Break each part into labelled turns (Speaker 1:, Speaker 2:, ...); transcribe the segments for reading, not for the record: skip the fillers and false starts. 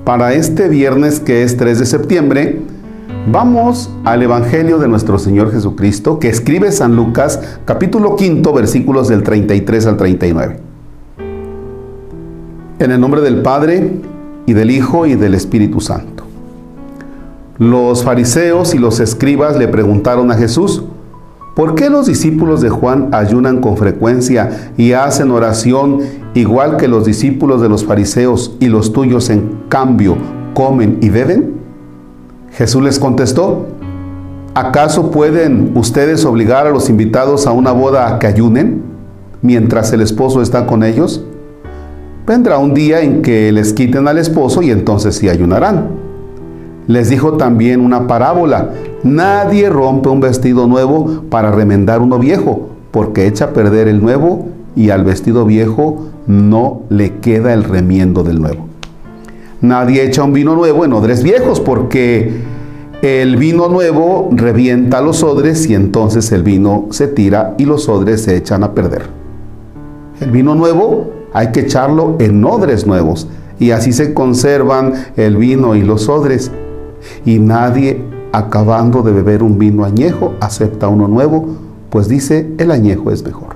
Speaker 1: Para este viernes, que es 3 de septiembre, vamos al Evangelio de nuestro Señor Jesucristo, que escribe San Lucas, capítulo 5, versículos del 33 al 39. En el nombre del Padre, y del Hijo, y del Espíritu Santo. Los fariseos y los escribas le preguntaron a Jesús: ¿por qué los discípulos de Juan ayunan con frecuencia y hacen oración igual que los discípulos de los fariseos, y los tuyos en cambio comen y beben? Jesús les contestó: ¿acaso pueden ustedes obligar a los invitados a una boda a que ayunen mientras el esposo está con ellos? Vendrá un día en que les quiten al esposo y entonces sí ayunarán. Les dijo también una parábola: nadie rompe un vestido nuevo para remendar uno viejo, porque echa a perder el nuevo y al vestido viejo no le queda el remiendo del nuevo. Nadie echa un vino nuevo en odres viejos, porque el vino nuevo revienta los odres y entonces el vino se tira y los odres se echan a perder. El vino nuevo hay que echarlo en odres nuevos, y así se conservan el vino y los odres. Y nadie, acabando de beber un vino añejo, acepta uno nuevo, pues dice: el añejo es mejor.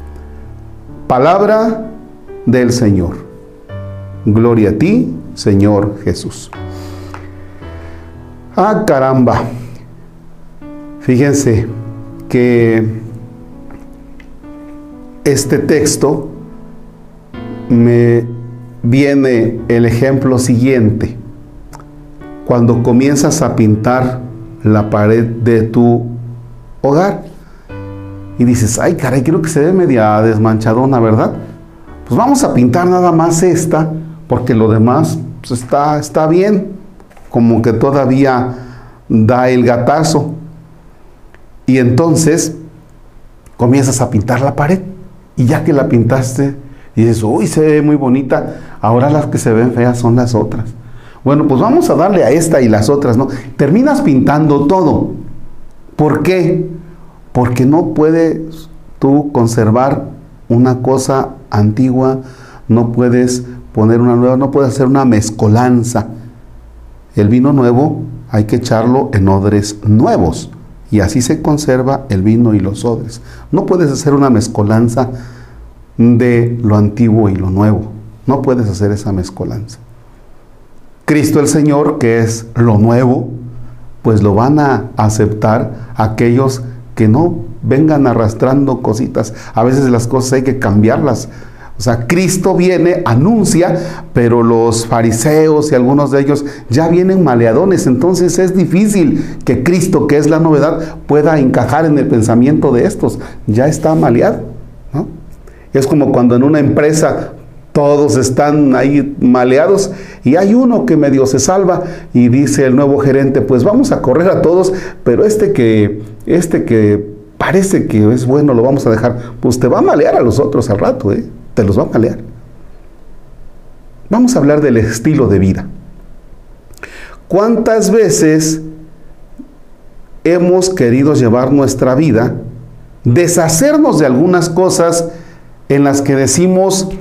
Speaker 1: Palabra del Señor. Gloria a ti, Señor Jesús. Ah, caramba. Fíjense que este texto me viene el ejemplo siguiente. Cuando comienzas a pintar la pared de tu hogar y dices: ay, caray, creo que se ve media desmanchadona, ¿verdad? Pues vamos a pintar nada más esta, porque lo demás pues está bien, como que todavía da el gatazo. Y entonces comienzas a pintar la pared, y ya que la pintaste, y dices: uy, se ve muy bonita, ahora las que se ven feas son las otras. Bueno, pues vamos a darle a esta y las otras, ¿no? Terminas pintando todo. ¿Por qué? Porque no puedes tú conservar una cosa antigua, no puedes poner una nueva, no puedes hacer una mezcolanza. El vino nuevo hay que echarlo en odres nuevos, y así se conserva el vino y los odres. No puedes hacer una mezcolanza de lo antiguo y lo nuevo. No puedes hacer esa mezcolanza. Cristo el Señor, que es lo nuevo, pues lo van a aceptar aquellos que no vengan arrastrando cositas. A veces las cosas hay que cambiarlas. O sea, Cristo viene, anuncia, pero los fariseos y algunos de ellos ya vienen maleadones. Entonces es difícil que Cristo, que es la novedad, pueda encajar en el pensamiento de estos. Ya está maleado, ¿no? Es como cuando en una empresa todos están ahí maleados y hay uno que medio se salva y dice el nuevo gerente: pues vamos a correr a todos, pero este que parece que es bueno lo vamos a dejar. Pues te va a malear a los otros al rato, te los va a malear. Vamos a hablar del estilo de vida. ¿Cuántas veces hemos querido llevar nuestra vida, deshacernos de algunas cosas en las que decimos: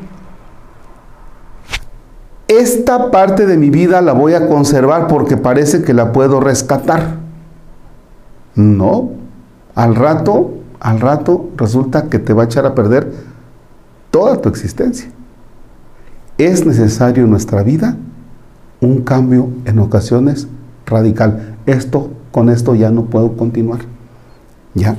Speaker 1: esta parte de mi vida la voy a conservar porque parece que la puedo rescatar? No, al rato resulta que te va a echar a perder toda tu existencia. Es necesario en nuestra vida un cambio, en ocasiones radical. Con esto ya no puedo continuar. Ya.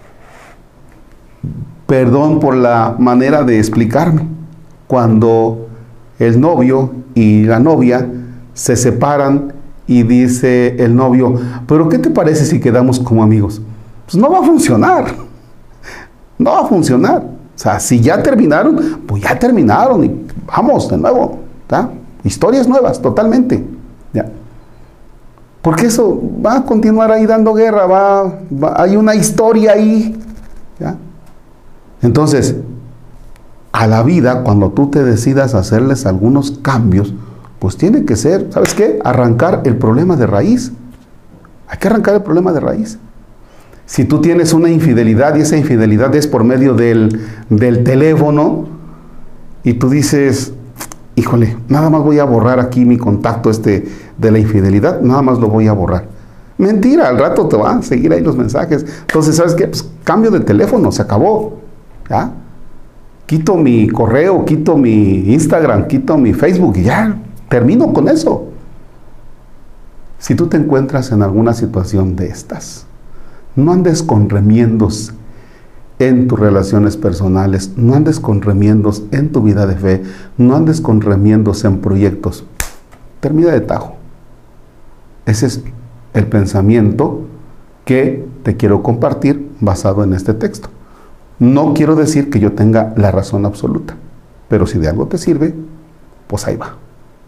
Speaker 1: Perdón por la manera de explicarme. Cuando el novio y la novia se separan y dice el novio: ¿pero qué te parece si quedamos como amigos? Pues no va a funcionar. No va a funcionar. O sea, si ya terminaron, pues ya terminaron y vamos de nuevo, ¿tá? Historias nuevas, totalmente. ¿Ya? Porque eso va a continuar ahí dando guerra, hay una historia ahí. ¿Ya? Entonces, a la vida, cuando tú te decidas hacerles algunos cambios, pues tiene que ser, ¿sabes qué? Arrancar el problema de raíz. Hay que arrancar el problema de raíz. Si tú tienes una infidelidad y esa infidelidad es por medio del teléfono, y tú dices: híjole, nada más voy a borrar aquí mi contacto de la infidelidad, nada más lo voy a borrar. Mentira, al rato te van a seguir ahí los mensajes. Entonces, ¿sabes qué? Pues cambio de teléfono, se acabó. ¿Ya? Quito mi correo, quito mi Instagram, quito mi Facebook y ya, termino con eso. Si tú te encuentras en alguna situación de estas, no andes con remiendos en tus relaciones personales, no andes con remiendos en tu vida de fe, no andes con remiendos en proyectos. Termina de tajo. Ese es el pensamiento que te quiero compartir basado en este texto. No quiero decir que yo tenga la razón absoluta, pero si de algo te sirve, pues ahí va.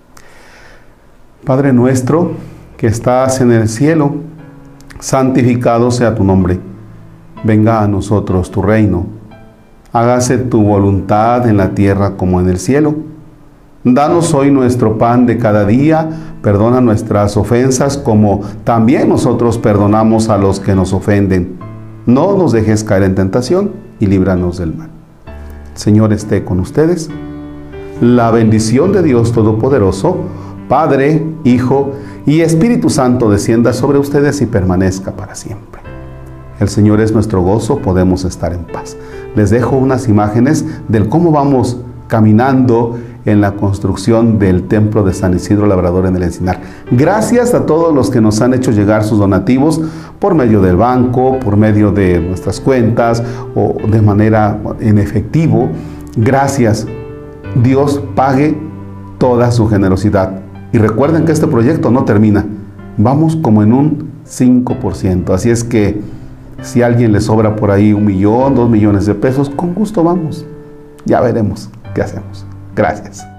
Speaker 1: Padre nuestro que estás en el cielo, santificado sea tu nombre. Venga a nosotros tu reino. Hágase tu voluntad en la tierra como en el cielo. Danos hoy nuestro pan de cada día. Perdona nuestras ofensas como también nosotros perdonamos a los que nos ofenden. No nos dejes caer en tentación y líbranos del mal. Señor esté con ustedes. La bendición de Dios Todopoderoso, Padre, Hijo y Espíritu Santo descienda sobre ustedes y permanezca para siempre. El Señor es nuestro gozo, podemos estar en paz. Les dejo unas imágenes del cómo vamos caminando en la construcción del templo de San Isidro Labrador en el Encinar. Gracias a todos los que nos han hecho llegar sus donativos por medio del banco, por medio de nuestras cuentas o de manera en efectivo. Gracias. Dios pague toda su generosidad. Y recuerden que este proyecto no termina. Vamos como en un 5%. Así es que si a alguien le sobra por ahí 1 millón, 2 millones de pesos, con gusto vamos. Ya veremos qué hacemos. Gracias.